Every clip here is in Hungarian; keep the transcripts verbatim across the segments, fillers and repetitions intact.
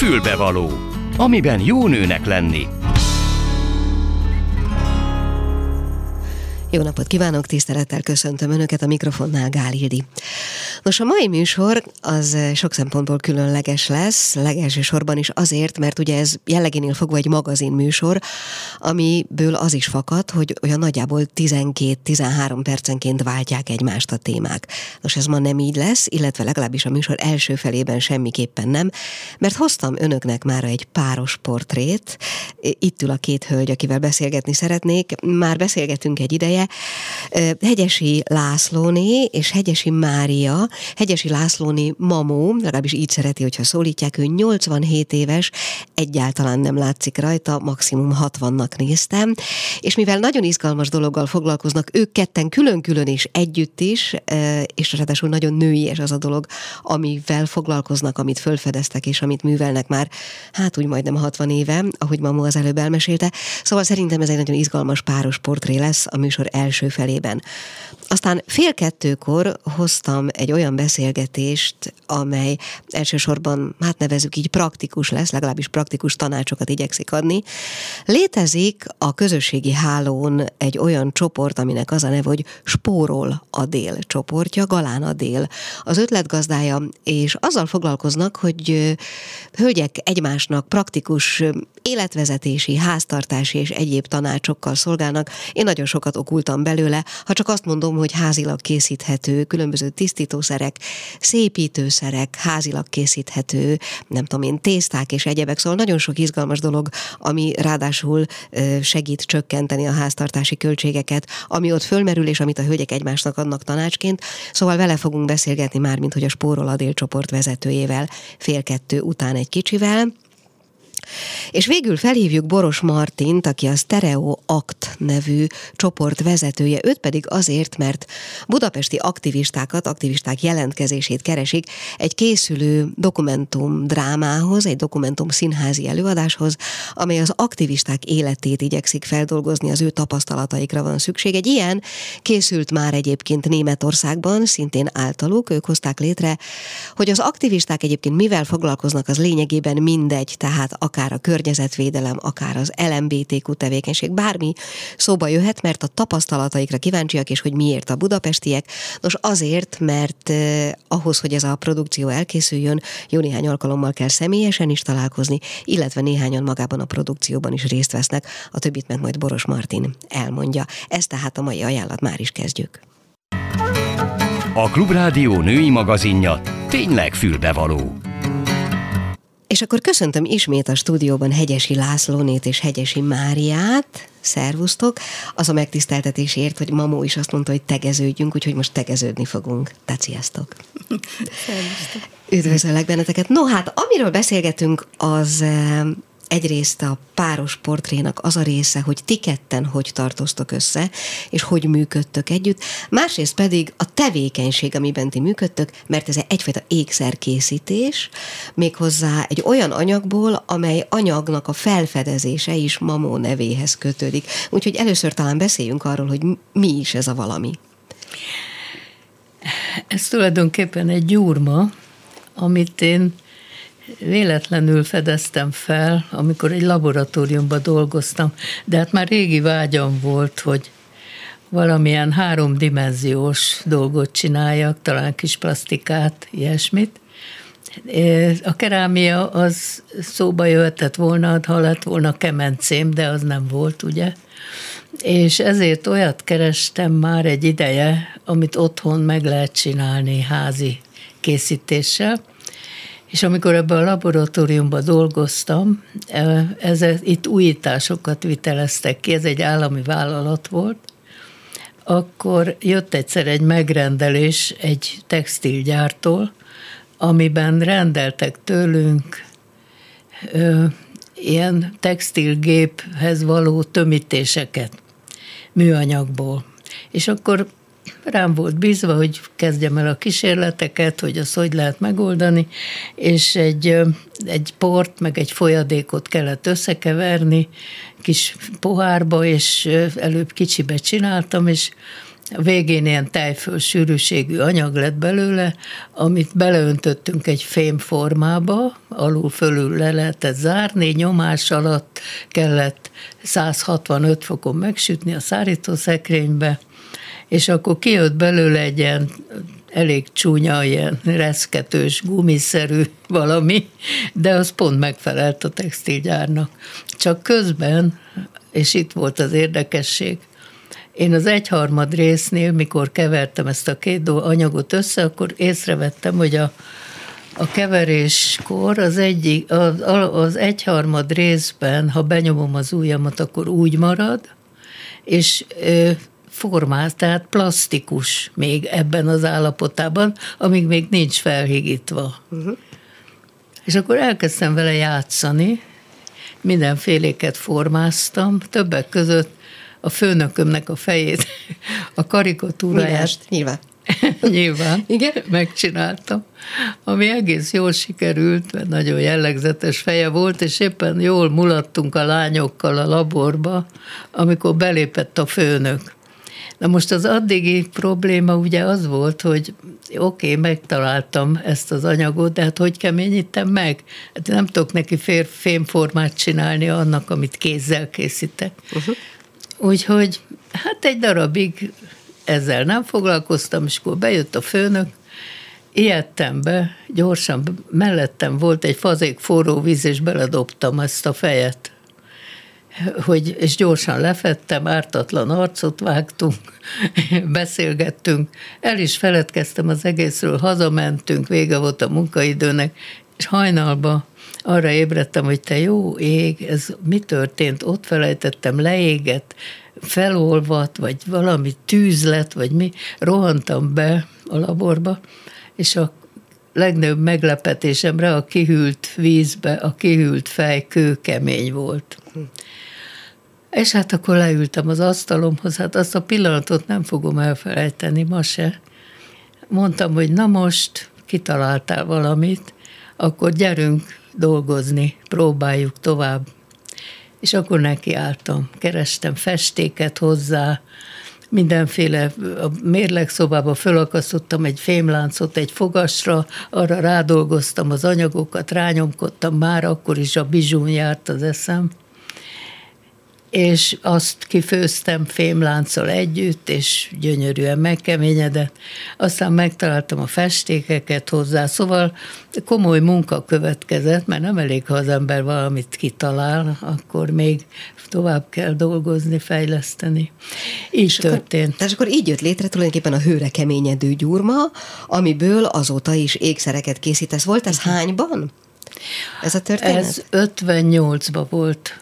Fülbevaló, amiben jó nőnek lenni. Jó napot kívánok, tisztelettel köszöntöm Önöket, a mikrofonnál Gál Ildi. Nos, a mai műsor az sok szempontból különleges lesz, legelsősorban is azért, mert ugye ez jellegénél fogva egy magazin műsor, amiből az is fakad, hogy olyan nagyjából tizenkét-tizenhárom percenként váltják egymást a témák. Nos, ez ma nem így lesz, illetve legalábbis a műsor első felében semmiképpen nem, mert hoztam Önöknek már egy páros portrét. Itt ül a két hölgy, akivel beszélgetni szeretnék. Már beszélgetünk egy ideje. Hegyesi Lászlóné és Hegyesi Mária. Hegyesi Lászlóné mamó, legalábbis így szereti, hogyha szólítják, ő nyolcvanhét éves, egyáltalán nem látszik rajta, maximum hatvannak néztem, és mivel nagyon izgalmas dologgal foglalkoznak, ők ketten külön-külön is, együtt is, és ráadásul nagyon nőies az a dolog, amivel foglalkoznak, amit fölfedeztek, és amit művelnek már, hát úgy majdnem hatvan éve, ahogy mamó az előbb elmesélte. Szóval szerintem ez egy nagyon izgalmas páros portré lesz a műsor első felében. Aztán fél kettőkor hoztam egy olyan beszélgetést, amely elsősorban, hát nevezzük így, praktikus lesz, legalábbis praktikus tanácsokat igyekszik adni. Létezik a közösségi hálón egy olyan csoport, aminek az a neve, hogy Spórol a Dél csoportja, Galán a Dél az ötletgazdája, és azzal foglalkoznak, hogy hölgyek egymásnak praktikus életvezetési, háztartási és egyéb tanácsokkal szolgálnak. Én nagyon sokat okultam belőle, ha csak azt mondom, hogy házilag készíthető, különböző tisztítószerek, szépítőszerek, házilag készíthető, nem tudom én, tészták és egyebek, szóval nagyon sok izgalmas dolog, ami ráadásul segít csökkenteni a háztartási költségeket, ami ott fölmerül, és amit a hölgyek egymásnak adnak tanácsként. Szóval vele fogunk beszélgetni már, mint hogy a Spórol a Dél csoport vezetőjével fél kettő után egy kicsivel. És végül felhívjuk Boros Martint, aki a Stereo Act nevű csoport vezetője, őt pedig azért, mert budapesti aktivistákat, aktivisták jelentkezését keresik egy készülő dokumentum drámához, egy dokumentum színházi előadáshoz, amely az aktivisták életét igyekszik feldolgozni, az ő tapasztalataikra van szükség. Egy ilyen készült már egyébként Németországban, szintén általuk, ők hozták létre, hogy az aktivisták egyébként mivel foglalkoznak, az lényegében mindegy, tehát akár a környezetvédelem, akár az el em bé té kú tevékenység, bármi szóba jöhet, mert a tapasztalataikra kíváncsiak, és hogy miért a budapestiek. Nos, azért, mert eh, ahhoz, hogy ez a produkció elkészüljön, jó néhány alkalommal kell személyesen is találkozni, illetve néhányan magában a produkcióban is részt vesznek, a többit meg majd Boros Martin elmondja. Ez tehát a mai ajánlat, már is kezdjük. A Klubrádió női magazinja tényleg fülbevaló. És akkor köszöntöm ismét a stúdióban Hegyesi Lászlónét és Hegyesi Máriát. Szervusztok! Az a megtiszteltetésért, hogy mamó is azt mondta, hogy tegeződjünk, úgyhogy most tegeződni fogunk. Tehát sziasztok! Szervusztok! Üdvözöllek benneteket! No hát, amiről beszélgetünk, az egyrészt a páros portrénak az a része, hogy ti ketten hogy tartoztok össze, és hogy működtök együtt, másrészt pedig a tevékenység, amiben ti működtök, mert ez egyfajta ékszerkészítés, méghozzá egy olyan anyagból, amely anyagnak a felfedezése is mamó nevéhez kötődik. Úgyhogy először talán beszéljünk arról, hogy mi is ez a valami. Ez tulajdonképpen egy gyúrma, amit én véletlenül fedeztem fel, amikor egy laboratóriumban dolgoztam, de hát már régi vágyam volt, hogy valamilyen háromdimenziós dolgot csináljak, talán kis plastikát, ilyesmit. A kerámia az szóba jöhetett volna, ha lett volna kemencém, de az nem volt, ugye? És ezért olyat kerestem már egy ideje, amit otthon meg lehet csinálni házi készítéssel. És amikor ebben a laboratóriumban dolgoztam, ez, itt újításokat viteleztek ki, ez egy állami vállalat volt, akkor jött egyszer egy megrendelés egy textilgyártól, amiben rendeltek tőlünk ö, ilyen textilgéphez való tömítéseket műanyagból. És akkor rám volt bízva, hogy kezdjem el a kísérleteket, hogy azt hogy lehet megoldani, és egy, egy port, meg egy folyadékot kellett összekeverni kis pohárba, és előbb kicsibe csináltam, és A végén ilyen tejföl sűrűségű anyag lett belőle, amit beleöntöttünk egy fémformába, alul-fölül le lehetett zárni, nyomás alatt kellett száz hatvanöt fokon megsütni a szárítószekrénybe, és akkor kijött belőle egy ilyen elég csúnya, ilyen reszketős, gumiszerű valami, de az pont megfelelt a textilgyárnak. Csak közben, és itt volt az érdekesség, én az egyharmad résznél, mikor kevertem ezt a két anyagot össze, akkor észrevettem, hogy a, a keveréskor az, egyik, az, az egyharmad részben, ha benyomom az ujjamat, akkor úgy marad, és formál, tehát plastikus még ebben az állapotában, amíg még nincs felhigítva. Uh-huh. És akkor elkezdtem vele játszani, mindenféléket formáztam, többek között a főnökömnek a fejét, a karikatúráját. Nyilván. Nyilván. Igen? Megcsináltam. Ami egész jól sikerült, mert nagyon jellegzetes feje volt, és éppen jól mulattunk a lányokkal a laborba, amikor belépett a főnök. Na most az addigi probléma ugye az volt, hogy oké, okay, megtaláltam ezt az anyagot, de hát hogy keményítem meg? Hát nem tudok neki fér, fémformát csinálni annak, amit kézzel készítek. Uh-huh. Úgyhogy hát egy darabig ezzel nem foglalkoztam, és akkor bejött a főnök, ijedtem be, gyorsan mellettem volt egy fazék forró víz, és beledobtam ezt a fejet. Hogy, és gyorsan lefettem, ártatlan arcot vágtunk, beszélgettünk, el is feledkeztem az egészről, hazamentünk, vége volt a munkaidőnek, és hajnalba arra ébredtem, hogy te jó ég, ez mi történt, ott felejtettem, leégett, felolvadt, vagy valami tűz lett, vagy mi, rohantam be a laborba, és a legnagyobb meglepetésemre a kihűlt vízbe, a kihűlt fej kőkemény volt. Hm. És hát akkor leültem az asztalomhoz, hát azt a pillanatot nem fogom elfelejteni ma se. Mondtam, hogy na most kitaláltál valamit, akkor gyerünk dolgozni, próbáljuk tovább. És akkor nekiálltam, kerestem festéket hozzá, mindenféle, a mérlegszobába fölakasztottam egy fémláncot egy fogasra, arra rádolgoztam az anyagokat, rányomkodtam, már akkor is a bizsún járt az eszem, és azt kifőztem fémlánccal együtt, és gyönyörűen megkeményedett. Aztán megtaláltam a festékeket hozzá, szóval komoly munka következett, mert nem elég, ha az ember valamit kitalál, akkor még tovább kell dolgozni, fejleszteni. Így és történt. Akkor, tehát akkor így jött létre tulajdonképpen a hőre keményedő gyurma, amiből azóta is ékszereket készítesz. Volt ez hányban? Ez a történet? Ez ötvennyolcban volt.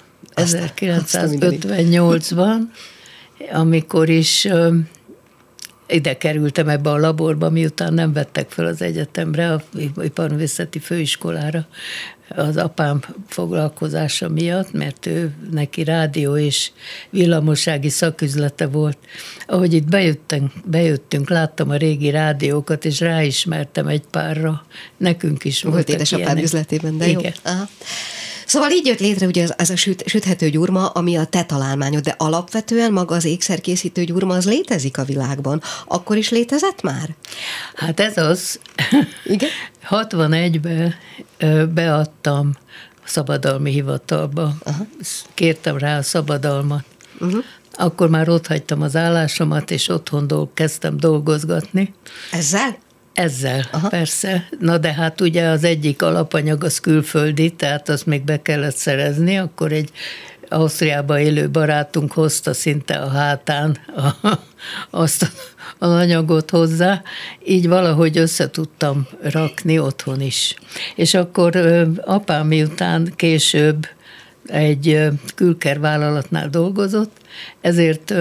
ezerkilencszázötvennyolcban, amikor is ö, ide kerültem ebbe a laborba, miután nem vettek fel az egyetemre, a iparművészeti főiskolára az apám foglalkozása miatt, mert ő neki rádió és villamossági szaküzlete volt. Ahogy itt bejöttünk, bejöttünk, láttam a régi rádiókat, és ráismertem egy párra. Nekünk is volt voltak édesapád üzletében, de igen. Jó. Aha. Szóval így jött létre ugye az, az a süt, süthető gyurma, ami a te találmányod, de alapvetően maga az ékszerkészítő gyurma az létezik a világban. Akkor is létezett már? Hát ez az. Igen? hatvanegyben beadtam a szabadalmi hivatalba. Aha. Kértem rá a szabadalmat. Uh-huh. Akkor már ott hagytam az állásomat, és otthon dolg, kezdtem dolgozgatni. Ezzel? Ezzel, aha, persze. Na de hát ugye az egyik alapanyag az külföldi, tehát azt még be kellett szerezni, akkor egy Ausztriában élő barátunk hozta szinte a hátán a, azt az anyagot hozzá, így valahogy össze tudtam rakni otthon is. És akkor apám miután később egy külkervállalatnál dolgozott, ezért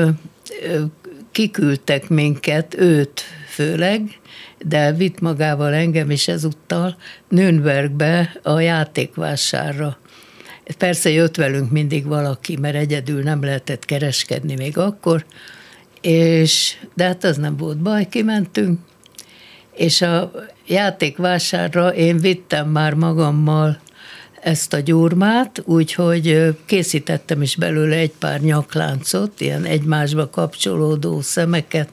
kiküldtek minket, őt főleg, de vitt magával engem is ezúttal Nürnbergbe a játékvásárra. Persze jött velünk mindig valaki, mert egyedül nem lehetett kereskedni még akkor, és, de hát az nem volt baj, kimentünk, és a játékvásárra én vittem már magammal ezt a gyurmát, úgyhogy készítettem is belőle egy pár nyakláncot, ilyen egymásba kapcsolódó szemeket,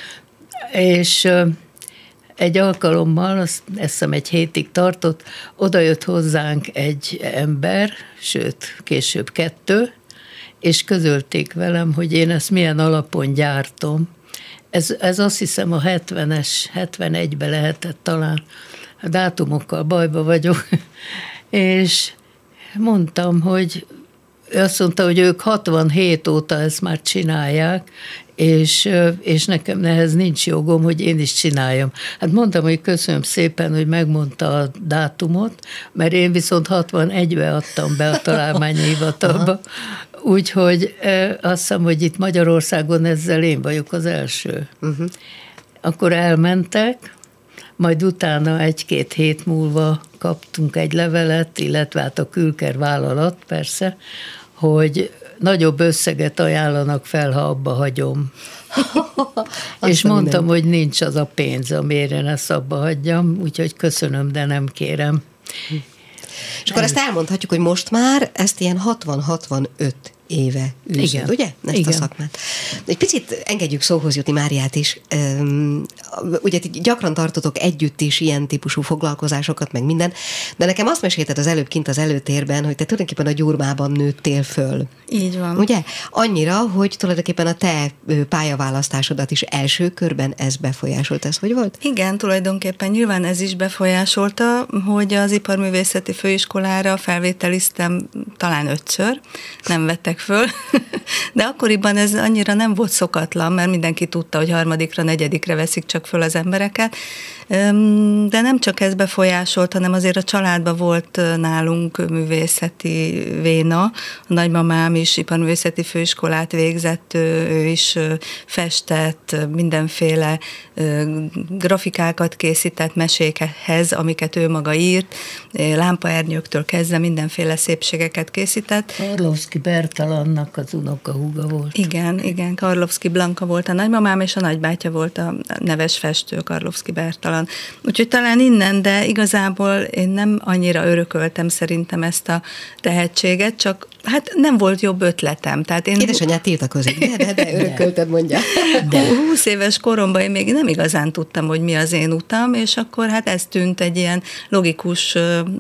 és egy alkalommal, azt hiszem egy hétig tartott, odajött hozzánk egy ember, sőt, később kettő, és közölték velem, hogy én ezt milyen alapon gyártom. Ez, ez azt hiszem a hetvenes, hetvenegyben lehetett talán, a dátumokkal bajba vagyok, és mondtam, hogy ő azt mondta, hogy ők hatvanhét óta ezt már csinálják, és, és nekem ehhez nincs jogom, hogy én is csináljam. Hát mondtam, hogy köszönöm szépen, hogy megmondta a dátumot, mert én viszont hatvanegyben adtam be a találmányi hivatalba, úgyhogy azt hiszem, hogy itt Magyarországon ezzel én vagyok az első. Uh-huh. Akkor elmentek, majd utána egy-két hét múlva kaptunk egy levelet, illetve hát a Külker vállalat persze, hogy nagyobb összeget ajánlanak fel, ha abba hagyom. És mondtam, minden. Hogy nincs az a pénz, amire én ezt abba hagyjam, úgyhogy köszönöm, de nem kérem. És akkor ezt elmondhatjuk, hogy most már ezt ilyen hatvan-hatvanöt éve űzöd, igen, ugye? Ezt igen. A szakmát. Egy picit engedjük szóhoz jutni Máriát is. Üm, ugye gyakran tartotok együtt is ilyen típusú foglalkozásokat, meg minden, de nekem azt mesélted az előbb kint az előtérben, hogy te tulajdonképpen a Gyurmában nőttél föl. Így van. Ugye? Annyira, hogy tulajdonképpen a te pályaválasztásodat is első körben ez befolyásolt. Ez hogy volt? Igen, tulajdonképpen nyilván ez is befolyásolta, hogy az Iparművészeti Főiskolára felvételiztem talán ötször, nem vettek föl, de akkoriban ez annyira nem volt szokatlan, mert mindenki tudta, hogy harmadikra, negyedikre veszik csak föl az embereket, de nem csak ez befolyásolt, hanem azért a családban volt nálunk művészeti véna. A nagymamám is iparművészeti főiskolát végzett, ő is festett, mindenféle grafikákat készített mesékhez, amiket ő maga írt, lámpaernyőktől kezdve mindenféle szépségeket készített. Karlovszki Bertalannak az unokahúga volt. Igen, igen, Karlovszki Blanka volt a nagymamám, és a nagybátyja volt a neves festő, Karlovszki Bertalan. Úgyhogy talán innen, de igazából én nem annyira örököltem szerintem ezt a tehetséget, csak hát nem volt jobb ötletem. Tehát én... Édesanyád tiltakozik, de, de, de örökölted, mondja. De. húsz éves koromban én még nem igazán tudtam, hogy mi az én utam, és akkor hát ez tűnt egy ilyen logikus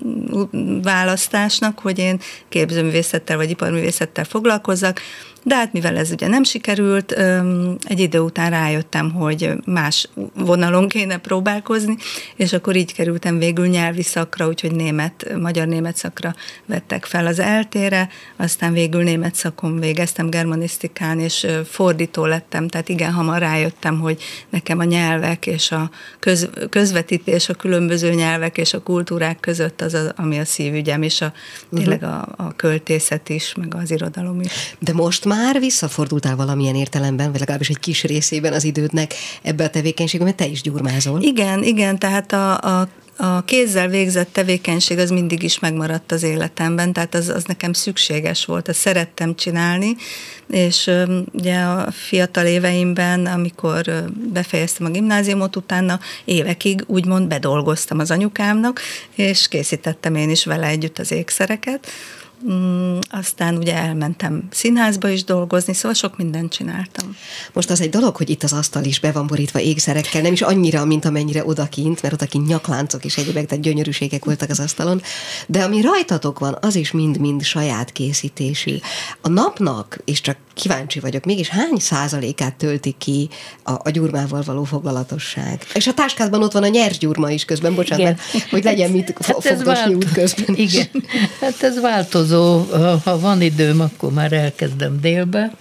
választásnak, hogy én képzőművészettel vagy iparművészettel foglalkozzak, de hát mivel ez ugye nem sikerült, egy idő után rájöttem, hogy más vonalon kéne próbálkozni, és akkor így kerültem végül nyelvi szakra, úgyhogy német, magyar-német szakra vettek fel az eltére, aztán végül német szakon végeztem germanisztikán, és fordító lettem, tehát igen hamar rájöttem, hogy nekem a nyelvek és a köz, közvetítés a különböző nyelvek és a kultúrák között az, a, ami a szívügyem, és a, tényleg a, a költészet is, meg az irodalom is. De most már visszafordultál valamilyen értelemben, vagy legalábbis egy kis részében az idődnek ebbe a tevékenységbe, mert te is gyurmázol. Igen, igen, tehát a, a A kézzel végzett tevékenység az mindig is megmaradt az életemben, tehát az, az nekem szükséges volt, azt szerettem csinálni, és ugye a fiatal éveimben, amikor befejeztem a gimnáziumot, utána évekig úgymond bedolgoztam az anyukámnak, és készítettem én is vele együtt az ékszereket. Mm, aztán ugye elmentem színházba is dolgozni, szóval sok mindent csináltam. Most az egy dolog, hogy itt az asztal is be van borítva ékszerekkel, nem is annyira, mint amennyire odakint, mert odakint nyakláncok és egyébek, tehát gyönyörűségek voltak az asztalon, de ami rajtatok van, az is mind-mind saját készítésű. A napnak, és csak kíváncsi vagyok, mégis hány százalékát tölti ki a, a gyurmával való foglalatosság? És a táskádban ott van a nyers gyurma is közben, bocsánat, mert, hogy legyen mit hát fogdosni út közben is. Igen, hát ez változó. Ha van időm, akkor már elkezdem délbe,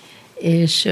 és,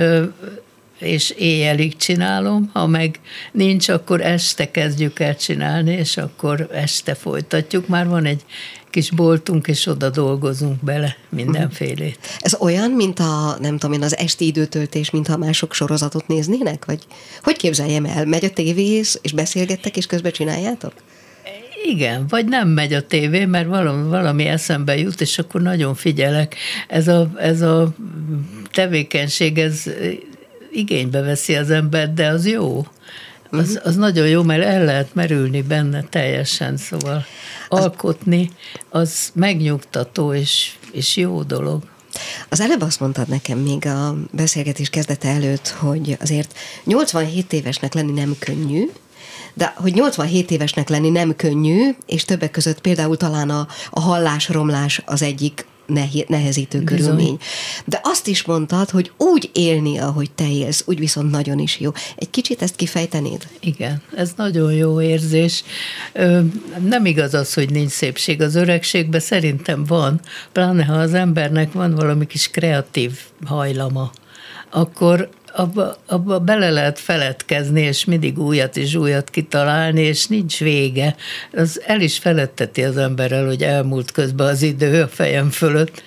és éjjelig csinálom, ha meg nincs, akkor este kezdjük el csinálni, és akkor este folytatjuk. Már van egy kis boltunk, és oda dolgozunk bele mindenfélét. Ez olyan, mint a, nem tudom én, az esti időtöltés, mintha mások sorozatot néznének? Vagy hogy képzeljem el? Megy a tévéz, és beszélgettek, és közben csináljátok? Igen, vagy nem megy a tévé, mert valami, valami eszembe jut, és akkor nagyon figyelek. Ez a, ez a tevékenység, ez igénybe veszi az embert, de az jó. az, az nagyon jó, mert el lehet merülni benne teljesen, szóval alkotni, az megnyugtató és, és jó dolog. Az előbb azt mondtad nekem még a beszélgetés kezdete előtt, hogy azért nyolcvanhét évesnek lenni nem könnyű, de hogy nyolcvanhét évesnek lenni nem könnyű, és többek között például talán a, a hallásromlás az egyik nehezítő Bizony. körülmény. De azt is mondtad, hogy úgy élni, ahogy te élsz, úgy viszont nagyon is jó. Egy kicsit ezt kifejtenéd? Igen, ez nagyon jó érzés. Nem igaz az, hogy nincs szépség az öregségben, szerintem van, pláne ha az embernek van valami kis kreatív hajlama, akkor abba, abba bele lehet feledkezni, és mindig újat és újat kitalálni, és nincs vége. Az el is feledteti az emberrel, hogy elmúlt közben az idő a fejem fölött,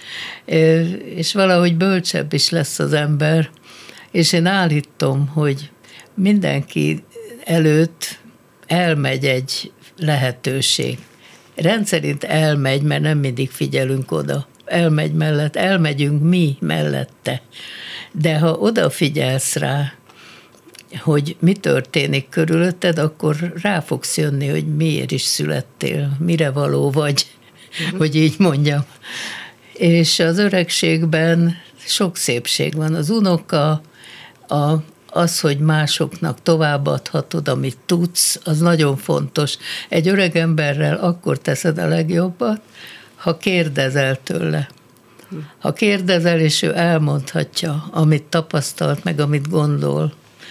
és valahogy bölcsebb is lesz az ember, és én állítom, hogy mindenki előtt elmegy egy lehetőség. Rendszerint elmegy, mert nem mindig figyelünk oda. Elmegy mellett, elmegyünk mi mellette. De ha odafigyelsz rá, hogy mi történik körülötted, akkor rá fogsz jönni, hogy miért is születtél, mire való vagy, uh-huh. hogy így mondjam. És az öregségben sok szépség van. Az unoka, a, az, hogy másoknak továbbadhatod, amit tudsz, az nagyon fontos. Egy öreg emberrel akkor teszed a legjobbat, ha kérdezel tőle. Ha kérdezel, és ő elmondhatja, amit tapasztalt, meg amit gondol,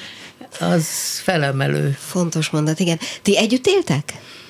az felemelő. Fontos mondat, igen. Ti együtt éltek?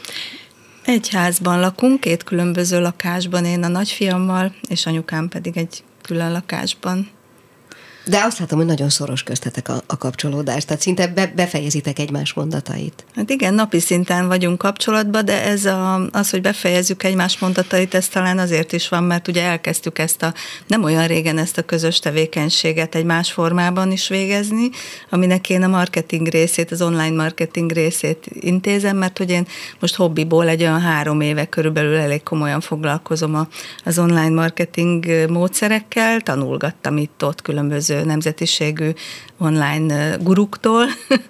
Egy házban lakunk, két különböző lakásban, én a nagyfiammal, és anyukám pedig egy külön lakásban. De azt látom, hogy nagyon szoros köztetek a, a kapcsolódás, tehát szinte be, befejezitek egymás mondatait. Hát igen, napi szinten vagyunk kapcsolatban, de ez a, az, hogy befejezzük egymás mondatait, ez talán azért is van, mert ugye elkezdtük ezt a, nem olyan régen ezt a közös tevékenységet egy más formában is végezni, aminek én a marketing részét, az online marketing részét intézem, mert hogy én most hobbiból egy olyan három éve körülbelül elég komolyan foglalkozom a, az online marketing módszerekkel, tanulgattam itt-ott különböző nemzetiségű online guruktól,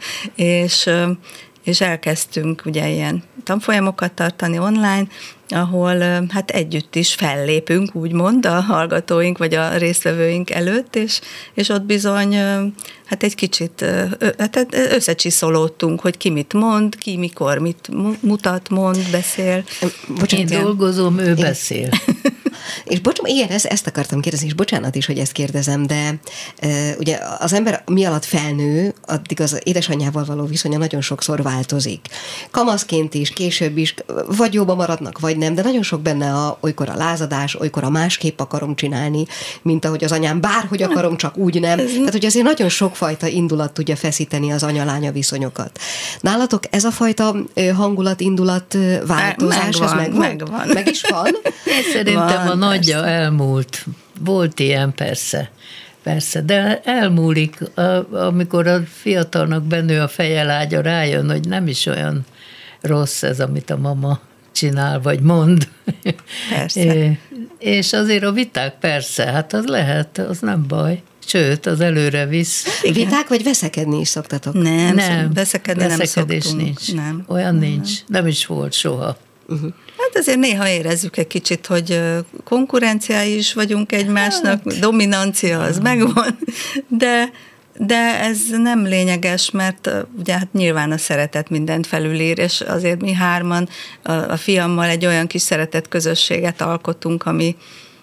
és, és elkezdtünk ugye ilyen tanfolyamokat tartani online, ahol hát együtt is fellépünk, úgymond a hallgatóink vagy a résztvevőink előtt, és, és ott bizony hát egy kicsit hát összecsiszolódtunk, hogy ki mit mond, ki mikor mit mutat, mond, beszél. Bocsánat, én dolgozom, ő beszél. És bocsánat, igen, ezt, ezt akartam kérdezni, és bocsánat is, hogy ezt kérdezem, de e, ugye az ember mi alatt felnő, addig az édesanyjával való viszonya nagyon sokszor változik. Kamaszként is, később is, vagy jóban maradnak, vagy nem, de nagyon sok benne a, olykor a lázadás, olykor a másképp akarom csinálni, mint ahogy az anyám, bárhogy akarom, csak úgy nem. Tehát, hogy azért nagyon sokfajta indulat tudja feszíteni az anya-lánya viszonyokat. Nálatok ez a fajta hangulat, indulat változás, megvan, ez megvan? megvan. Meg is van? Szerintem a nagyja elmúlt. Volt ilyen, persze. Persze, de elmúlik, amikor a fiatalnak bennő a fejelágya, rájön, hogy nem is olyan rossz ez, amit a mama csinál, vagy mond. Persze. És azért a viták, persze, hát az lehet, az nem baj. Sőt, az előre visz. Igen. Viták, vagy veszekedni is szoktatok? Nem, nem veszekedni nem veszekedés szoktunk. nincs. Nem. Olyan nincs. Nem is volt soha. Uh-huh. Hát azért néha érezzük egy kicsit, hogy konkurenciái is vagyunk egymásnak, hát. Dominancia az megvan, de, de ez nem lényeges, mert ugye hát nyilván a szeretet mindent felülír, és azért mi hárman a, a fiammal egy olyan kis szeretett közösséget alkotunk, ami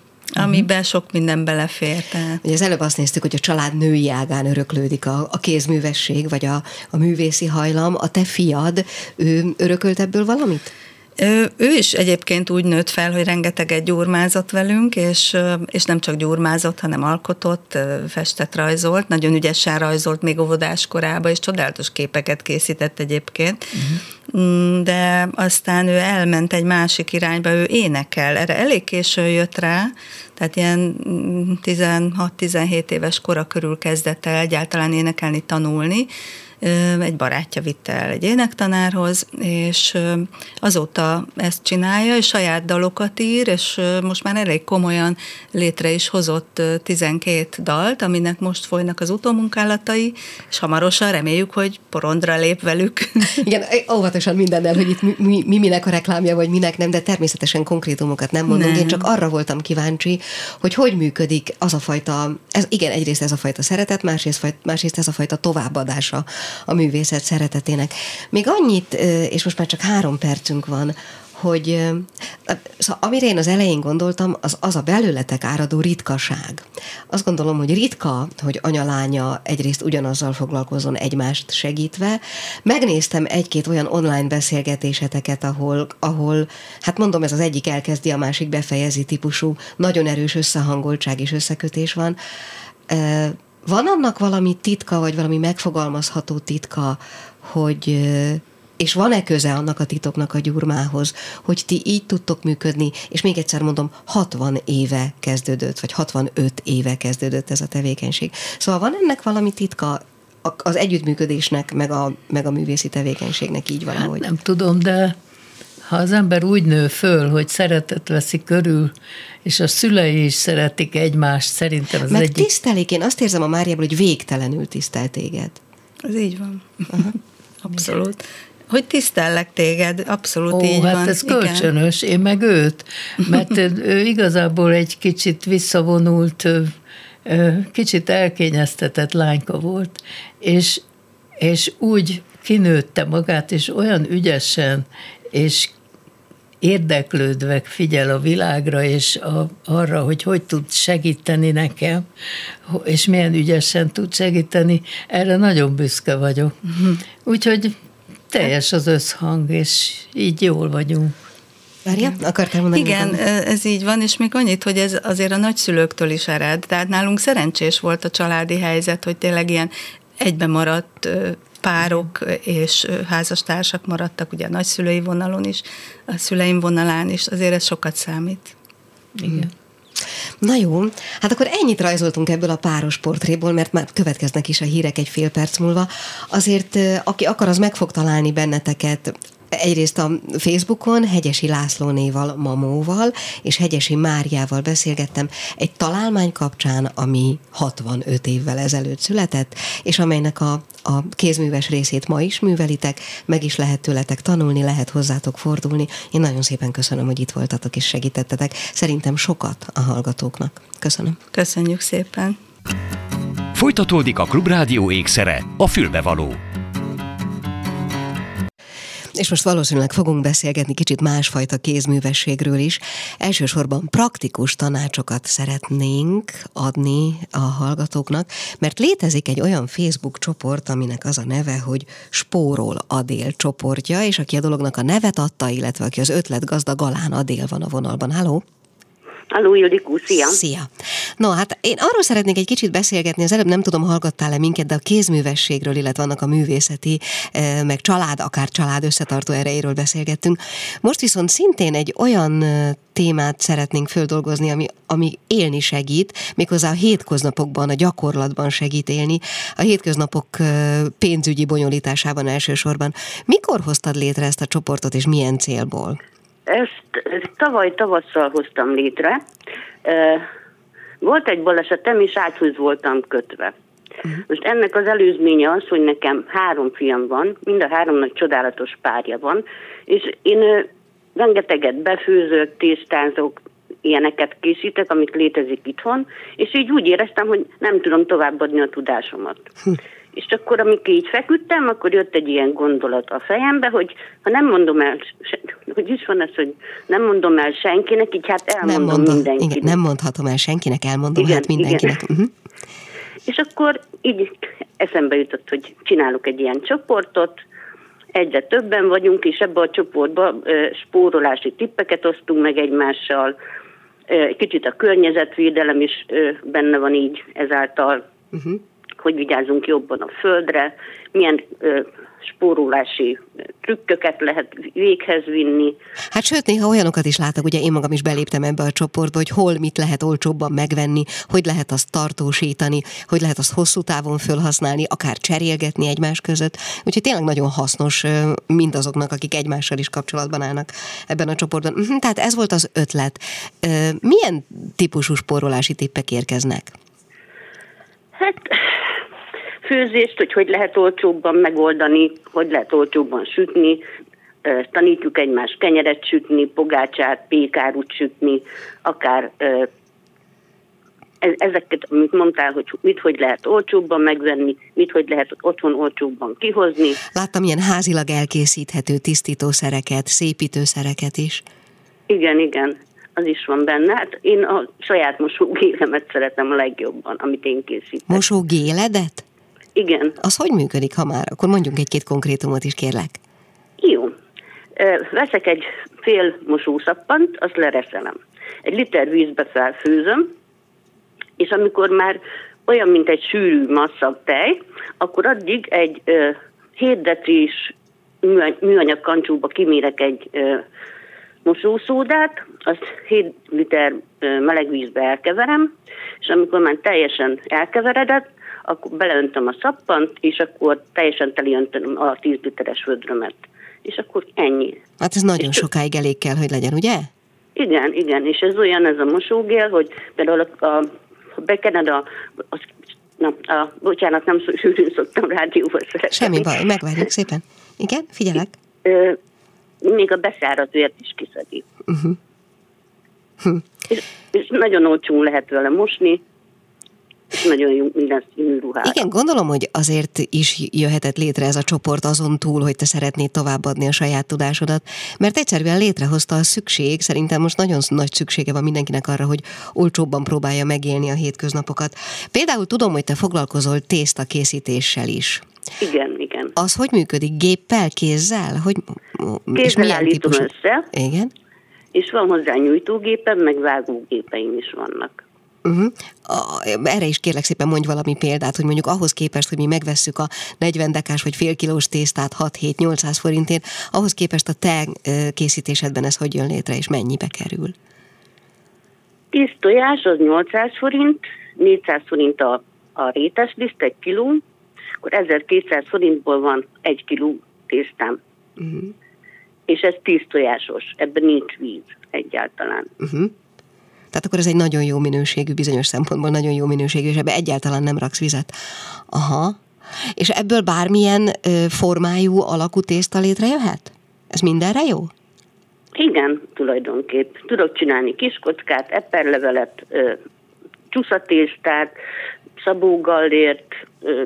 amiben sok minden belefér. Tehát. Ugye az előbb azt néztük, hogy a család női ágán öröklődik a, a kézművesség, vagy a, a művészi hajlam. A te fiad, ő örökölt ebből valamit? Ő, ő is egyébként úgy nőtt fel, hogy rengeteget gyurmázott velünk, és, és nem csak gyurmázott, hanem alkotott, festett, rajzolt, nagyon ügyesen rajzolt még óvodás korában, és csodálatos képeket készített egyébként. Uh-huh. De aztán ő elment egy másik irányba, ő énekel, erre elég későn jött rá, tehát ilyen tizenhat-tizenhét éves kora körül kezdett el egyáltalán énekelni, tanulni, egy barátja vitte el egy énektanárhoz, és azóta ezt csinálja, és saját dalokat ír, és most már elég komolyan létre is hozott tizenkét dalt, aminek most folynak az utómunkálatai, és hamarosan reméljük, hogy porondra lép velük. Igen, óvatosan mindennel, hogy itt mi, mi minek a reklámja, vagy minek nem, de természetesen konkrétumokat nem mondunk. Nem. Én csak arra voltam kíváncsi, hogy hogy működik az a fajta, ez, igen, egyrészt ez a fajta szeretet, másrészt, másrészt ez a fajta továbbadása a művészet szeretetének. Még annyit, és most már csak három percünk van, hogy szóval, amire én az elején gondoltam, az, az a belőletek áradó ritkaság. Azt gondolom, hogy ritka, hogy anya-lánya egyrészt ugyanazzal foglalkozzon egymást segítve. Megnéztem egy-két olyan online beszélgetéseteket, ahol, ahol, hát mondom, ez az egyik elkezdi, a másik befejezi típusú, nagyon erős összehangoltság és összekötés van. Van annak valami titka, vagy valami megfogalmazható titka, hogy... és van-e köze annak a titoknak a gyurmához, hogy ti így tudtok működni, és még egyszer mondom, hatvan éve kezdődött, vagy hatvanöt éve kezdődött ez a tevékenység. Szóval van ennek valami titka az együttműködésnek, meg a, meg a művészi tevékenységnek így valahogy? Hát nem tudom, de ha az ember úgy nő föl, hogy szeretet veszi körül, és a szülei is szeretik egymást, szerintem az meg egyik... tisztelik, én azt érzem a Máriából, hogy végtelenül tisztel téged. Ez így van. Aha. Abszolút. Hogy tisztellek téged, abszolút Ó, így hát van. ez kölcsönös, én meg őt, mert ő igazából egy kicsit visszavonult, kicsit elkényeztetett lányka volt, és, és úgy kinőtte magát, és olyan ügyesen, és érdeklődve figyel a világra, és a, arra, hogy hogy tud segíteni nekem, és milyen ügyesen tud segíteni, erre nagyon büszke vagyok. Uh-huh. Úgyhogy teljes az összhang, és így jól vagyunk. Várja, akartál mondani? Igen, mondani? Ez így van, és még annyit, hogy ez azért a nagyszülőktől is ered. Tehát nálunk szerencsés volt a családi helyzet, hogy tényleg ilyen egybe maradt párok és házastársak maradtak, ugye a nagyszülői vonalon is, a szüleim vonalán is, azért ez sokat számít. Igen. Na jó, hát akkor ennyit rajzoltunk ebből a páros portréból, mert már következnek is a hírek egy fél perc múlva. Azért, aki akar, az meg fog találni benneteket egyrészt a Facebookon Hegyesi Lászlónéval, Mamóval, és Hegyesi Máriával beszélgettem egy találmány kapcsán, ami hatvanöt évvel ezelőtt született, és amelynek a, a kézműves részét ma is művelitek, meg is lehet tőletek tanulni, lehet hozzátok fordulni. Én nagyon szépen köszönöm, hogy itt voltatok és segítettetek. Szerintem sokat a hallgatóknak. Köszönöm. Köszönjük szépen. Folytatódik a Klubrádió ékszere, a fülbevaló. És most valószínűleg fogunk beszélgetni kicsit másfajta kézművességről is. Elsősorban praktikus tanácsokat szeretnénk adni a hallgatóknak, mert létezik egy olyan Facebook csoport, aminek az a neve, hogy Spórol Adél csoportja, és aki a dolognak a nevet adta, illetve aki az ötletgazda, Galán Adél van a vonalban. Halló! Halló, Ildikó, szia! Szia! No, hát én arról szeretnék egy kicsit beszélgetni, az előbb nem tudom, hallgattál-e minket, de a kézművességről, illetve annak a művészeti, meg család, akár család összetartó erejéről beszélgettünk. Most viszont szintén egy olyan témát szeretnénk földolgozni, ami, ami élni segít, méghozzá a hétköznapokban, a gyakorlatban segít élni, a hétköznapok pénzügyi bonyolításában elsősorban. Mikor hoztad létre ezt a csoportot, és milyen célból? Ezt, ezt tavaly tavasszal hoztam létre. Volt egy balesetem, és ágyhoz voltam kötve. Uh-huh. Most ennek az előzménye az, hogy nekem három fiam van, mind a háromnak csodálatos párja van, és én rengeteget befőzök, tésztázok, ilyeneket készítek, amit létezik itthon, és így úgy éreztem, hogy nem tudom továbbadni a tudásomat. Uh-huh. És akkor, amikor így feküdtem, akkor jött egy ilyen gondolat a fejembe, hogy ha nem mondom el, hogy is van ez, hogy nem mondom el senkinek, így hát elmondom nem mondom, mindenkinek. Igen, nem mondhatom el senkinek, elmondom igen, hát mindenkinek. Uh-huh. És akkor így eszembe jutott, hogy csinálok egy ilyen csoportot, egyre többen vagyunk, és ebbe a csoportba spórolási tippeket osztunk meg egymással, kicsit a környezetvédelem is benne van így ezáltal, uh-huh. hogy vigyázzunk jobban a földre, milyen ö, spórolási trükköket lehet véghez vinni. Hát sőt, néha olyanokat is látok, ugye én magam is beléptem ebbe a csoportba, hogy hol mit lehet olcsóbban megvenni, hogy lehet azt tartósítani, hogy lehet azt hosszú távon felhasználni, akár cserélgetni egymás között. Úgyhogy tényleg nagyon hasznos mindazoknak, akik egymással is kapcsolatban állnak ebben a csoportban. Tehát ez volt az ötlet. Milyen típusú spórolási tippek érkeznek? Hát főzést, hogy hogy lehet olcsóbban megoldani, hogy lehet olcsóbban sütni, tanítjuk egymást kenyeret sütni, pogácsát, pékárút sütni, akár ezeket, amit mondtál, hogy mit hogy lehet olcsóbban megvenni, mit hogy lehet otthon olcsóbban kihozni. Láttam ilyen házilag elkészíthető tisztítószereket, szépítőszereket is. Igen, igen, az is van benne. Hát én a saját mosógélemet szeretem a legjobban, amit én készítek. Mosógéledet? Igen. Az hogy működik, ha már? Akkor mondjunk egy-két konkrétumot is, kérlek. Jó. Veszek egy fél mosószappant, azt lereszelem. Egy liter vízbe felfőzöm, és amikor már olyan, mint egy sűrű masszabb tej, akkor addig egy ö, hét decis műanyag kancsóba kimérek egy ö, mosószódát, azt hét liter ö, meleg vízbe elkeverem, és amikor már teljesen elkeveredett, akkor beleöntöm a szappant, és akkor teljesen teliöntöm a tíz literes vödrömet. És akkor ennyi. Hát ez nagyon és sokáig elég kell, hogy legyen, ugye? Igen, igen, és ez olyan, ez a mosógél, hogy például a, a, ha bekened a, a, na, a, bocsánat, nem szó, sűrűn szoktam rádióba szeretni. Semmi baj, megvárjuk szépen. Igen, figyelek. Ö, még a beszáradt vért is kiszedi. Uh-huh. Hm. És, és nagyon olcsón lehet vele mosni, és nagyon jó minden színű ruhára. Igen, gondolom, hogy azért is jöhetett létre ez a csoport azon túl, hogy te szeretnéd továbbadni a saját tudásodat, mert egyszerűen létrehozta a szükség, szerintem most nagyon nagy szüksége van mindenkinek arra, hogy olcsóbban próbálja megélni a hétköznapokat. Például tudom, hogy te foglalkozol tészta készítéssel is. Igen, igen. Az hogy működik? Géppel, kézzel? Hogy, kézzel állítom típusú? össze, igen. És van hozzá nyújtógépem, meg vágógépeim is vannak. Uh-huh. Erre is kérlek szépen mondj valami példát, hogy mondjuk ahhoz képest, hogy mi megvesszük a negyven dekás vagy fél kilós tésztát hat-hét-nyolcszáz forintért, ahhoz képest a te készítésedben ez hogy jön létre, és mennyibe kerül? tíz tojás az nyolcszáz forint, négyszáz forint a, a rétes liszt, egy kiló, akkor ezerkétszáz forintból van egy kiló tésztám. Uh-huh. És ez tíz tojásos, ebben nincs víz egyáltalán. Uh-huh. Tehát akkor ez egy nagyon jó minőségű, bizonyos szempontból nagyon jó minőségű, és ebbe egyáltalán nem raksz vizet. Aha. És ebből bármilyen ö, formájú, alakú tészta létrejöhet? Ez mindenre jó? Igen, tulajdonképp. Tudok csinálni kiskockát, eperlevelet, ö, csuszatésztát, szabógallért, ö,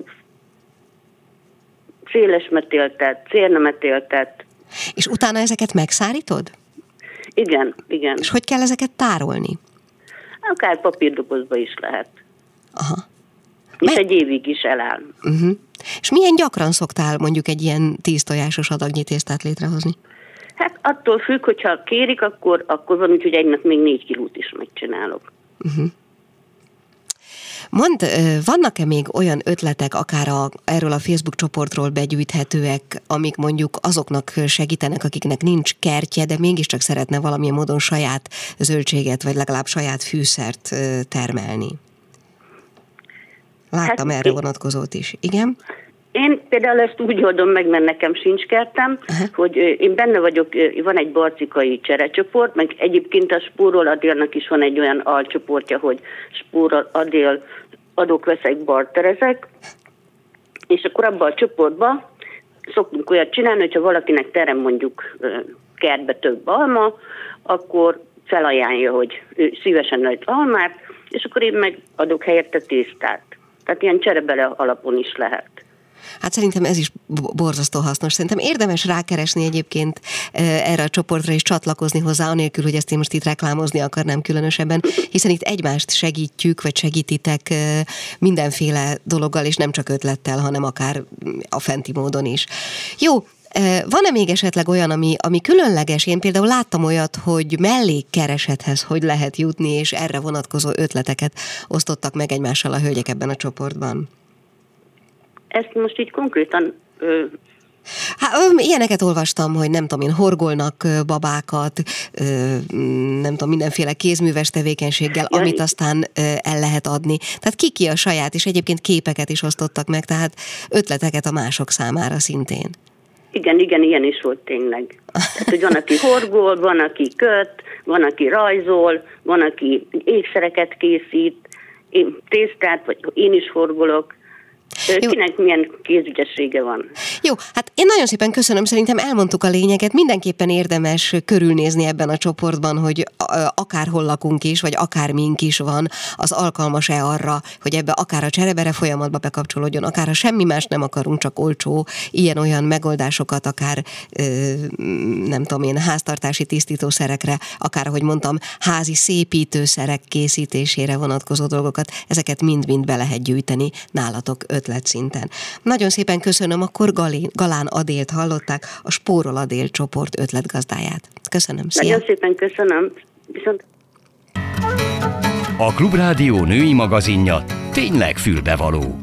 szélesmetéltet, cérnemetéltet. És utána ezeket megszárítod? Igen, igen. És hogy kell ezeket tárolni? Akár papírdobozba is lehet. Aha. És Me- egy évig is eláll. Uh-huh. És milyen gyakran szoktál mondjuk egy ilyen tíz tojásos adagnyi tésztát létrehozni? Hát attól függ, hogyha kérik, akkor, akkor van úgy, hogy egy nap még négy kilót is megcsinálok. Uh-huh. Mondd, vannak-e még olyan ötletek, akár a, erről a Facebook csoportról begyűjthetőek, amik mondjuk azoknak segítenek, akiknek nincs kertje, de mégiscsak szeretne valamilyen módon saját zöldséget, vagy legalább saját fűszert termelni? Láttam hát erre én, vonatkozót is. Igen? Én például ezt úgy oldom meg, mert nekem sincs kertem, uh-huh. hogy én benne vagyok, van egy barcikai cserecsoport, meg egyébként a Spórol Adélnak is van egy olyan alcsoportja, hogy Spórol Adél adok-veszek, barterezek, és akkor abban a csoportban szoktunk olyat csinálni, hogyha valakinek terem mondjuk kertbe több alma, akkor felajánlja, hogy ő szívesen nagy almát, és akkor én meg adok helyette tésztát. Tehát ilyen cserebele alapon is lehet. Hát szerintem ez is borzasztó hasznos. Szerintem érdemes rákeresni egyébként erre a csoportra és csatlakozni hozzá, anélkül, hogy ezt én most itt reklámozni akarnám különösebben, hiszen itt egymást segítjük, vagy segítitek mindenféle dologgal, és nem csak ötlettel, hanem akár a fenti módon is. Jó, van-e még esetleg olyan, ami, ami különleges? Én például láttam olyat, hogy mellékkeresethez hogy lehet jutni, és erre vonatkozó ötleteket osztottak meg egymással a hölgyek ebben a csoportban. ezt most így konkrétan... Ö, Hát, ilyeneket olvastam, hogy nem tudom én, horgolnak babákat, nem tudom, mindenféle kézműves tevékenységgel, ja, amit aztán el lehet adni. Tehát ki-ki a saját, és egyébként képeket is osztottak meg, tehát ötleteket a mások számára szintén. Igen, igen, ilyen is volt tényleg. Tehát, hogy van, aki horgol, van, aki köt, van, aki rajzol, van, aki ékszereket készít, én tésztát, vagy én is horgolok. Jó. Kinek milyen kézügyessége van. Jó, hát én nagyon szépen köszönöm, szerintem elmondtuk a lényeget, mindenképpen érdemes körülnézni ebben a csoportban, hogy akárhol lakunk is, vagy akár mink is van, az alkalmas-e arra, hogy ebbe akár a cserebere folyamatba bekapcsolódjon, akár ha semmi más nem akarunk, csak olcsó, ilyen-olyan megoldásokat, akár nem tudom én, háztartási tisztítószerekre, akár, ahogy mondtam, házi szépítőszerek készítésére vonatkozó dolgokat, ezeket mind-mind be lehet gyűjteni nálatok ötletszinten. Nagyon szépen köszönöm, akkor Galén, Galán Adélt hallották, a Spórol Adél csoport ötletgazdáját. Köszönöm, szia! Nagyon szépen köszönöm. Viszont... A Klubrádió női magazinja tényleg fülbevaló.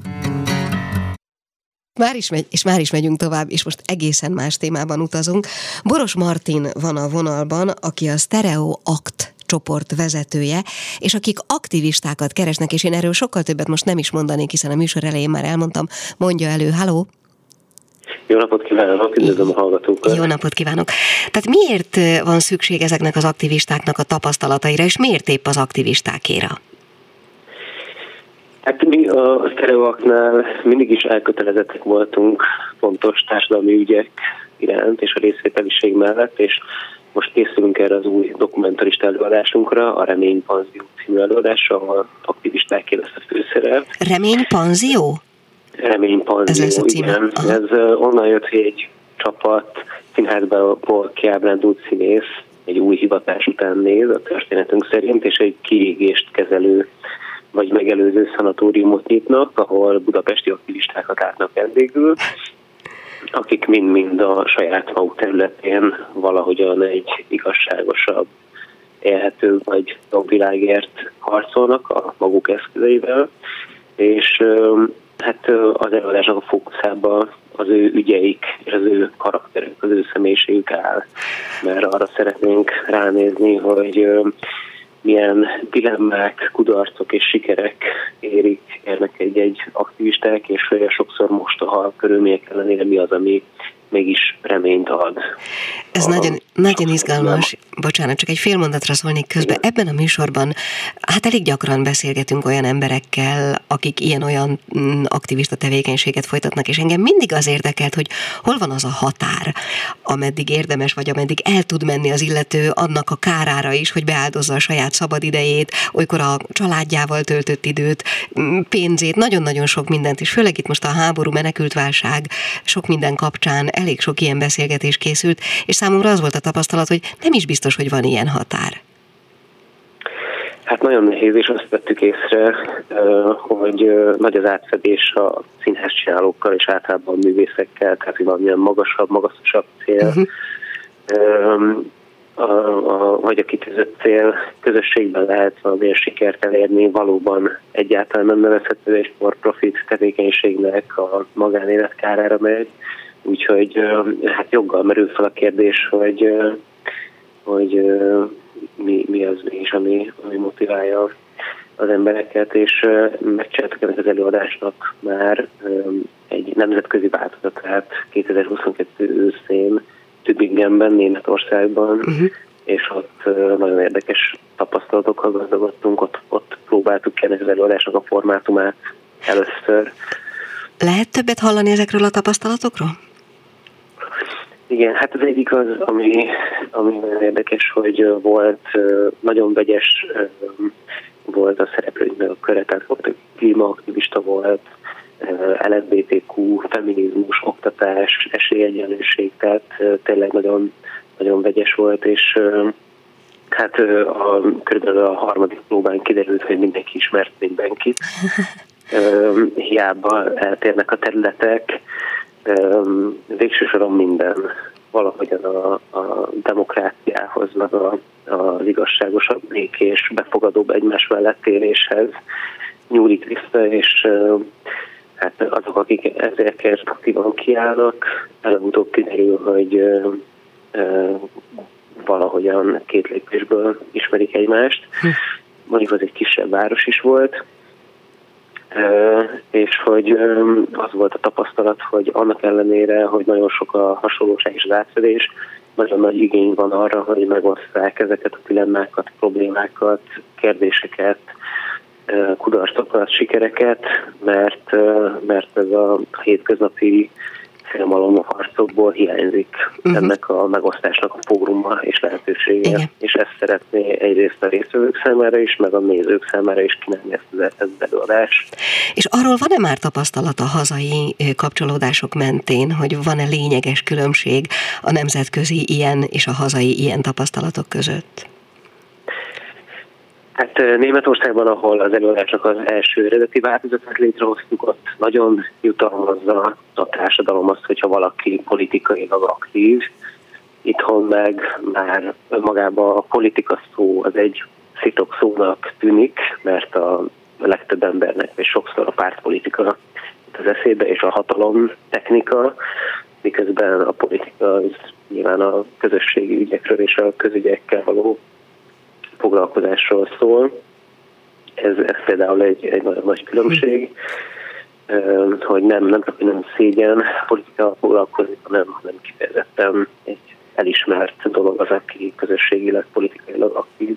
Már is megy, és már is megyünk tovább, és most egészen más témában utazunk. Boros Martin van a vonalban, aki a Stereo Act csoport vezetője, és akik aktivistákat keresnek, és én erről sokkal többet most nem is mondanék, hiszen a műsor elején már elmondtam. Mondja elő, halló! Jó napot kívánok, üdvözlöm a hallgatókat! Jó napot kívánok! Tehát miért van szükség ezeknek az aktivistáknak a tapasztalataira, és miért épp az aktivistákéra? Hát mi a Stereo Actnál mindig is elkötelezettek voltunk fontos társadalmi ügyek iránt, és a részvételiség mellett, és most készülünk erre az új dokumentarista előadásunkra, a Remény Panzió című előadásra, ahol aktivistáké lesz a főszerep. Remény Panzió? Remény Panzió, ez igen. Aha. Ez onnan jött, hogy egy csapat színházból kiábrándult színész egy új hivatás után néz a történetünk szerint, és egy kiégést kezelő vagy megelőző szanatóriumot nyitnak, ahol budapesti aktivistákat látnak vendégül, akik mind-mind a saját maguk területén valahogyan egy igazságosabb, élhető vagy jobb világért harcolnak a maguk eszközeivel, és hát az előadásnak a fókuszában az ő ügyeik és az ő karakterük, az ő személyiségük áll, mert arra szeretnénk ránézni, hogy milyen dilemmák, kudarcok és sikerek érik, érnek egy-egy aktivisták, és hogy sokszor mostoha körülmények ellenére mi az, ami mégis reményt ad. Ez a, nagyon, nagyon izgalmas. Bocsánat, csak egy fél mondatra szólnék közben. Igen. Ebben a műsorban hát elég gyakran beszélgetünk olyan emberekkel, akik ilyen-olyan aktivista tevékenységet folytatnak, és engem mindig az érdekelt, hogy hol van az a határ, ameddig érdemes, vagy ameddig el tud menni az illető annak a kárára is, hogy beáldozza a saját szabadidejét, olykor a családjával töltött időt, pénzét, nagyon-nagyon sok mindent, és főleg itt most a háború, menekültválság, sok minden kapcsán elég sok ilyen beszélgetés készült, és számomra az volt a tapasztalat, hogy nem is biztos, hogy van ilyen határ. Hát nagyon nehéz, és azt vettük észre, hogy nagy az átfedés a színházcsinálókkal és általában a művészekkel, tehát valamilyen magasabb, magasztosabb cél, uh-huh. a, a, vagy a kitűzött cél közösségben lehet valamilyen sikert elérni, valóban egyáltalán nem nevezhető és for-profit tevékenységnek a magánélet kárára megy. Úgyhogy hát joggal merül fel a kérdés, hogy, hogy mi, mi az is, ami, ami motiválja az embereket, és megcsináltuk ennek az előadásnak már egy nemzetközi változatát kétezer-huszonkettő őszén Tübingenben, Németországban, uh-huh. és ott nagyon érdekes tapasztalatokkal gazdagodtunk, ott, ott próbáltuk ki ennek az előadásnak a formátumát először. Lehet többet hallani ezekről a tapasztalatokról? Igen, hát az egyik az, ami, ami nagyon érdekes, hogy volt nagyon vegyes volt a szereplőinknek a köre, tehát volt, hogy klímaaktivista volt, el es bé té kú, feminizmus, oktatás, esélyegyenlőség, tehát tényleg nagyon, nagyon vegyes volt, és hát a, körülbelül a harmadik próbán kiderült, hogy mindenki ismert mindenkit. Hiába eltérnek a területek, végső soron minden valahogyan a, a demokráciához, meg a, az igazságosabb, békés, befogadóbb egymás mellett éléshez nyúlik vissza, és hát azok, akik ezekért aktívan kiállnak, előbb-utóbb kiderül, hogy ö, ö, valahogyan két lépésből ismerik egymást. Mondjuk az egy kisebb város is volt, ö, és hogy ö, az volt a tapasztalat, hogy annak ellenére, hogy nagyon sok a hasonlóság és az átfedés, nagyon nagy igény van arra, hogy megosztják ezeket a dilemmákat, problémákat, kérdéseket, kudarcokat, sikereket, mert, mert ez a hétköznapi félmalomharcokból hiányzik uh-huh. ennek a megosztásnak a fóruma és lehetősége. Igen. És ezt szeretné egyrészt a résztvevők számára is, meg a nézők számára is kínálni ezt az előadást. És arról van-e már tapasztalat a hazai kapcsolódások mentén, hogy van-e lényeges különbség a nemzetközi ilyen és a hazai ilyen tapasztalatok között? Hát Németországban, ahol az előadásnak az első eredeti változatát létrehoztuk, ott nagyon jutalmazza a társadalom azt, hogyha valaki politikailag aktív. Itthon meg már önmagában a politika szó az egy szitok szónak tűnik, mert a legtöbb embernek és sokszor a pártpolitika az eszébe és a hatalom technika, miközben a politika az nyilván a közösségi ügyekről és a közügyekkel való foglalkozásról szól. Ez, ez például egy, egy nagyon nagy különbség, hogy nem, nem csak nem szégyen politikával foglalkozni, hanem, hanem kifejezetten egy elismert dolog az, aki közösségileg, politikailag aktív.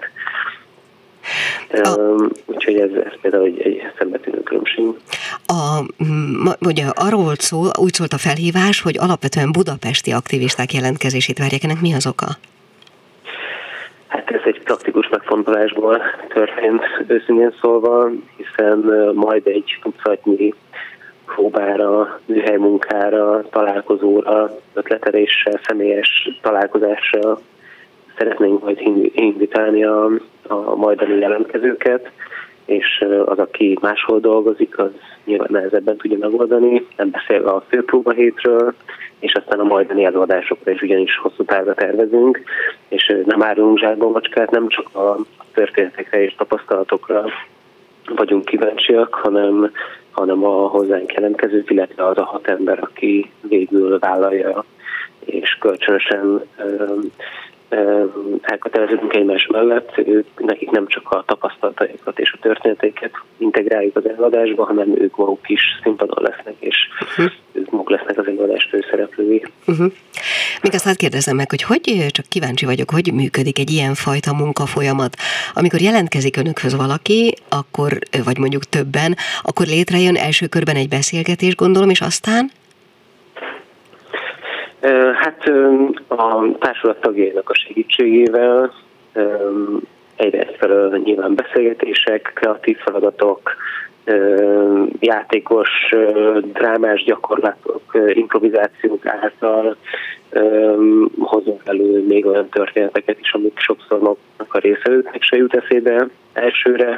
A, Úgyhogy ez, ez például egy, egy szembetűnő különbség. A, ugye arról volt szó, úgy szólt a felhívás, hogy alapvetően budapesti aktivisták jelentkezését várják. Ennek mi az oka? Hát ez egy praktikus megfontolásból történt, őszintén szólva, hiszen majd egy tucatnyi próbára, műhelymunkára, találkozóra, ötleteléssel, személyes találkozásra szeretnénk majd invitálni a, a majdani jelentkezőket, és az, aki máshol dolgozik, az nyilván nehezebben tudja megoldani, nem beszélve a főpróbahétről, és aztán a majdani előadásokra is ugyanis hosszú távra tervezünk, és nem árulunk zsákba macskát, nem csak a történetekre és tapasztalatokra vagyunk kíváncsiak, hanem, hanem a hozzánk jelentkezők, illetve az a hat ember, aki végül vállalja, és kölcsönösen elköteleződünk egymás mellett, ők, nekik nem csak a tapasztalataikat és a történeteiket integráljuk az előadásba, hanem ők maguk is színpadon lesznek, és uh-huh. ők maguk lesznek az előadás főszereplői. Uh-huh. Még azt hát kérdezem meg, hogy hogy, csak kíváncsi vagyok, hogy működik egy ilyen fajta munkafolyamat. Amikor jelentkezik önökhöz valaki, akkor, vagy mondjuk többen, akkor létrejön első körben egy beszélgetés, gondolom, és aztán? Hát a társulat tagjainak a segítségével egyre egyfelől nyilván beszélgetések, kreatív feladatok, játékos, drámás gyakorlatok, improvizációk által hozunk elő még olyan történeteket is, amik sokszor maguknak a részvevőknek se jut eszébe elsőre.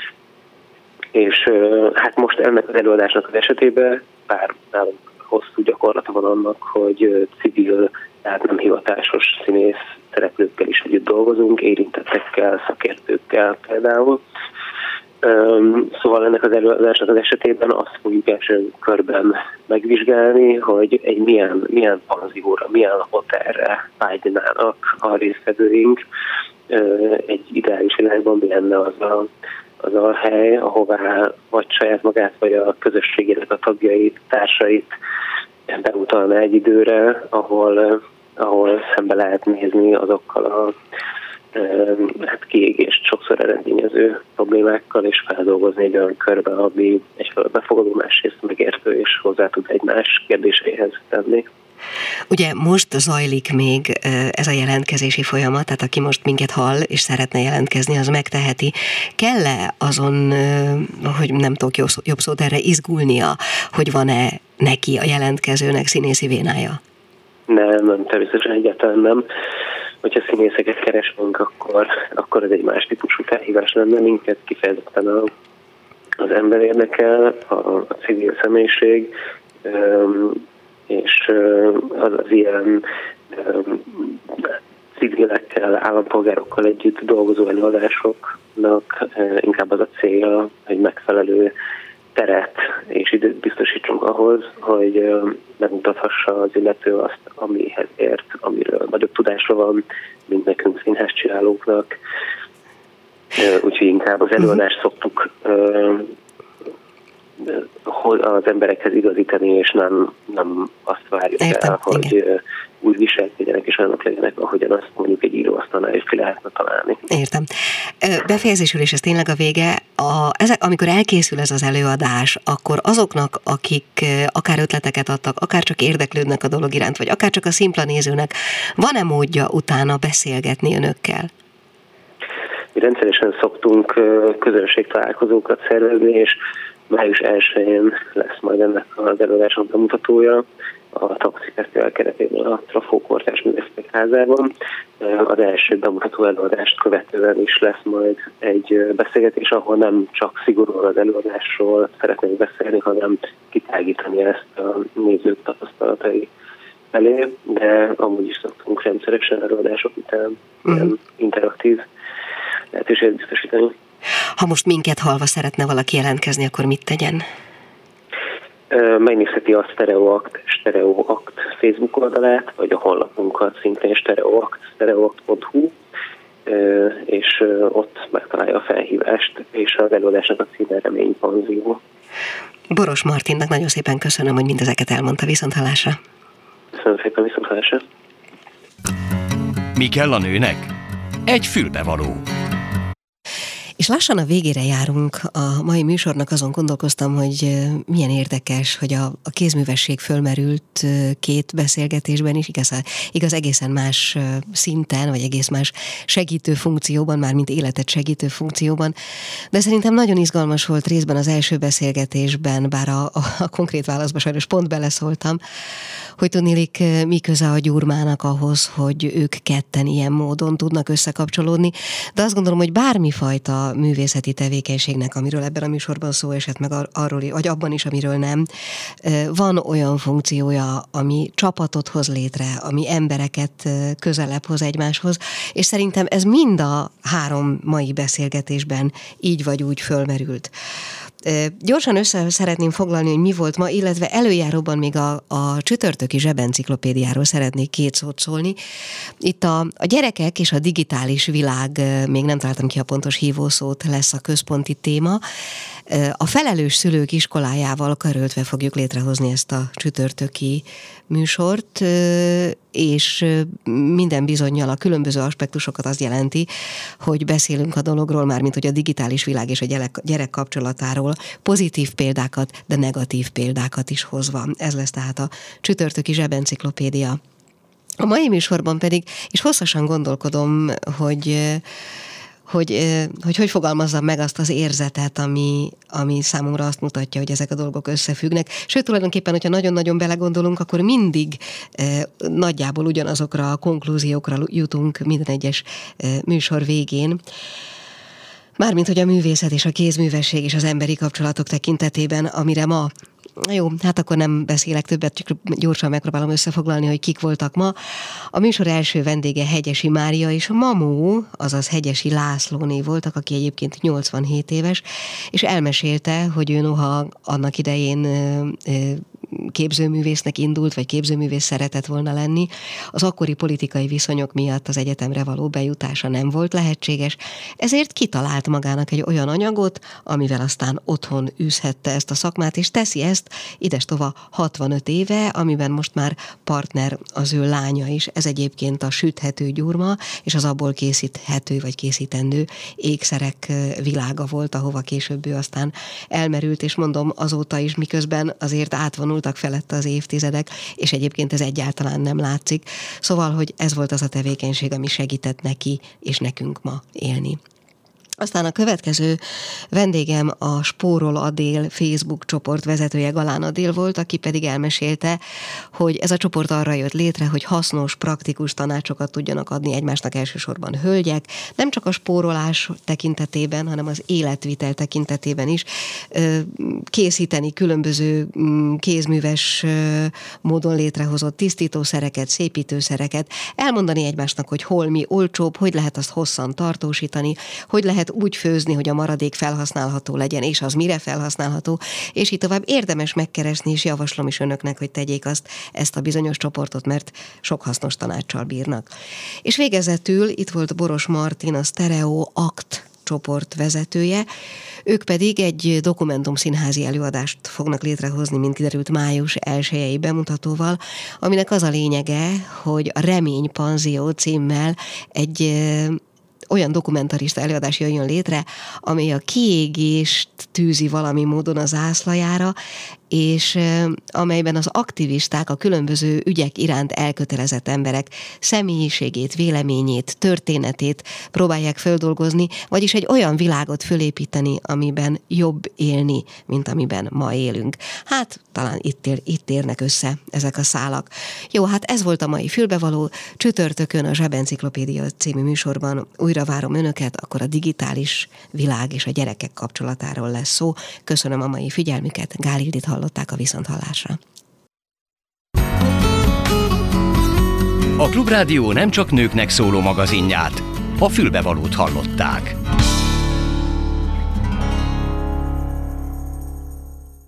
És hát most ennek az előadásnak az esetében, bár nálunk hosszú gyakorlata van annak, hogy civil, tehát nem hivatásos színész szereplőkkel is együtt dolgozunk, érintettekkel, szakértőkkel például. Szóval ennek az előadásnak az esetében azt fogjuk első körben megvizsgálni, hogy egy milyen, milyen panzióra, milyen hotelre vágynának a résztvevőink. Egy ideális világban mi lenne az a az a hely, ahová vagy saját magát, vagy a közösségének a tagjait, társait beutalna egy időre, ahol, ahol szembe lehet nézni azokkal a hát kiégést sokszor eredményező problémákkal, és feldolgozni egy olyan körbe, ami egyfelől befogadó, másrészt megértő, és hozzá tud egymás kérdéseihez tenni. Ugye most zajlik még ez a jelentkezési folyamat, tehát aki most minket hall és szeretne jelentkezni, az megteheti. Kell-e azon, hogy nem tudok jobb szót erre, izgulnia, hogy van-e neki a jelentkezőnek színészi vénája? Nem, nem, természetesen egyáltalán nem. Hogyha színészeket keresünk, akkor, akkor ez egy más típusú felhívás lenne, minket kifejezetten a, az ember érdekel, a, a civil személyiség, és az, az ilyen civilekkel, állampolgárokkal együtt dolgozó előadásoknak inkább az a célja, hogy megfelelő teret és időt biztosítsunk ahhoz, hogy megmutathassa az illető azt, amihez ért, amiről nagyobb tudásra van, mint nekünk színházcsinálóknak. Úgyhogy inkább az előadást szoktuk az emberekhez igazítani, és nem, nem azt várjuk Értem, el, hogy igen. úgy viselkedjenek és olyanok legyenek, ahogyan azt mondjuk egy íróasztalnál is ki lehetne találni. Értem. Befejezésül, és ez tényleg a vége, a, ezek, amikor elkészül ez az előadás, akkor azoknak, akik akár ötleteket adtak, akár csak érdeklődnek a dolog iránt, vagy akár csak a szimpla nézőnek, van-e módja utána beszélgetni önökkel? Mi rendszeresen szoktunk közönségtalálkozókat szervezni, és május elsején lesz majd ennek az előadásnak bemutatója a Taxi Fesztivál keretében a Trafó Kortárs Művészetek Házában. Az első bemutató előadást követően is lesz majd egy beszélgetés, ahol nem csak szigorúan az előadásról szeretnénk beszélni, hanem kitágítani ezt a nézők tapasztalatai elé, de amúgy is szoktunk rendszeresen előadások után uh-huh. interaktív lehetőséget biztosítani. Ha most minket hallva szeretne valaki jelentkezni, akkor mit tegyen? Megnézheti a Stereoakt, Stereoakt Facebook oldalát, vagy a honlapunkat, szintén Stereoakt, stereoakt pont hu, és ott megtalálja a felhívást, és az előadásnak a címe Reménypanzió. Boros Martinnak nagyon szépen köszönöm, hogy mindezeket elmondta. Viszonthallásra. Köszönöm szépen, viszonthallásra. Mi kell a nőnek? Egy fülbevaló. És lassan a végére járunk a mai műsornak, azon gondolkoztam, hogy milyen érdekes, hogy a, a kézművesség fölmerült két beszélgetésben is, igaz, igaz egészen más szinten, vagy egész más segítő funkcióban, már mint életet segítő funkcióban, de szerintem nagyon izgalmas volt részben az első beszélgetésben, bár a, a, a konkrét válaszba sajnos pont beleszóltam, hogy tudniillik, mi köze a Gyurmának ahhoz, hogy ők ketten ilyen módon tudnak összekapcsolódni, de azt gondolom, hogy bármifajta művészeti tevékenységnek, amiről ebben a műsorban szó esett, meg arról, vagy abban is, amiről nem, van olyan funkciója, ami csapatot hoz létre, ami embereket közelebb hoz egymáshoz, és szerintem ez mind a három mai beszélgetésben így vagy úgy fölmerült. Gyorsan össze szeretném foglalni, hogy mi volt ma, illetve előjáróban még a, a csütörtöki zsebenciklopédiáról szeretnék két szót szólni. Itt a, a gyerekek és a digitális világ, még nem találtam ki a pontos hívószót, lesz a központi téma. A felelős szülők iskolájával karöltve fogjuk létrehozni ezt a csütörtöki műsort, és minden bizonnyal a különböző aspektusokat az jelenti, hogy beszélünk a dologról, mármint hogy a digitális világ és a gyerek, gyerek kapcsolatáról, pozitív példákat, de negatív példákat is hozva. Ez lesz tehát a csütörtöki zsebenciklopédia. A mai műsorban pedig, és hosszasan gondolkodom, hogy Hogy, hogy hogy fogalmazzam meg azt az érzetet, ami, ami számomra azt mutatja, hogy ezek a dolgok összefüggnek. Sőt, tulajdonképpen, hogyha nagyon-nagyon belegondolunk, akkor mindig eh, nagyjából ugyanazokra a konklúziókra jutunk minden egyes eh, műsor végén. Mármint, hogy a művészet és a kézművesség és az emberi kapcsolatok tekintetében, amire ma jó, hát akkor nem beszélek többet, csak gyorsan megpróbálom összefoglalni, hogy kik voltak ma. A műsor első vendége Hegyesi Mária és Mamó, azaz Hegyesi Lászlóné voltak, aki egyébként nyolcvanhét éves, és elmesélte, hogy ő noha annak idején képzőművésznek indult, vagy képzőművész szeretett volna lenni, az akkori politikai viszonyok miatt az egyetemre való bejutása nem volt lehetséges, ezért kitalált magának egy olyan anyagot, amivel aztán otthon űzhette ezt a szakmát, és teszi ezt idestova hatvanöt éve, amiben most már partner az ő lánya is. Ez egyébként a süthető gyurma, és az abból készíthető, vagy készítendő ékszerek világa volt, ahova később ő aztán elmerült, és mondom azóta is, miközben azért átvonultak felette az évtizedek, és egyébként ez egyáltalán nem látszik. Szóval, hogy ez volt az a tevékenység, ami segített neki és nekünk ma élni. Aztán a következő vendégem a Spórol Adél Facebook csoport vezetője, Galán Adél volt, aki pedig elmesélte, hogy ez a csoport arra jött létre, hogy hasznos, praktikus tanácsokat tudjanak adni egymásnak, elsősorban hölgyek, nem csak a spórolás tekintetében, hanem az életvitel tekintetében is készíteni különböző kézműves módon létrehozott tisztítószereket, szépítőszereket, elmondani egymásnak, hogy hol mi olcsóbb, hogy lehet azt hosszan tartósítani, hogy lehet lehet úgy főzni, hogy a maradék felhasználható legyen, és az mire felhasználható, és így tovább érdemes megkeresni, és javaslom is önöknek, hogy tegyék azt, ezt a bizonyos csoportot, mert sok hasznos tanáccsal bírnak. És végezetül itt volt Boros Martin, a Stereo Act csoport vezetője, ők pedig egy dokumentumszínházi előadást fognak létrehozni, mint kiderült május elsőjei bemutatóval, aminek az a lényege, hogy a Remény Panzió címmel egy olyan dokumentarista előadás jöjjön létre, amely a kiégést tűzi valami módon a zászlajára, és amelyben az aktivisták, a különböző ügyek iránt elkötelezett emberek személyiségét, véleményét, történetét próbálják földolgozni, vagyis egy olyan világot fölépíteni, amiben jobb élni, mint amiben ma élünk. Hát talán itt, ér, itt érnek össze ezek a szálak. Jó, hát ez volt a mai Fülbevaló. Csütörtökön a Zsebenciklopédia című műsorban újra várom önöket, akkor a digitális világ és a gyerekek kapcsolatáról lesz szó. Köszönöm a mai figyelmüket, Gál Ildit hallották a Viszonthallásra. A Klubrádió nem csak nőknek szóló magazinját, a Fülbevalót hallották.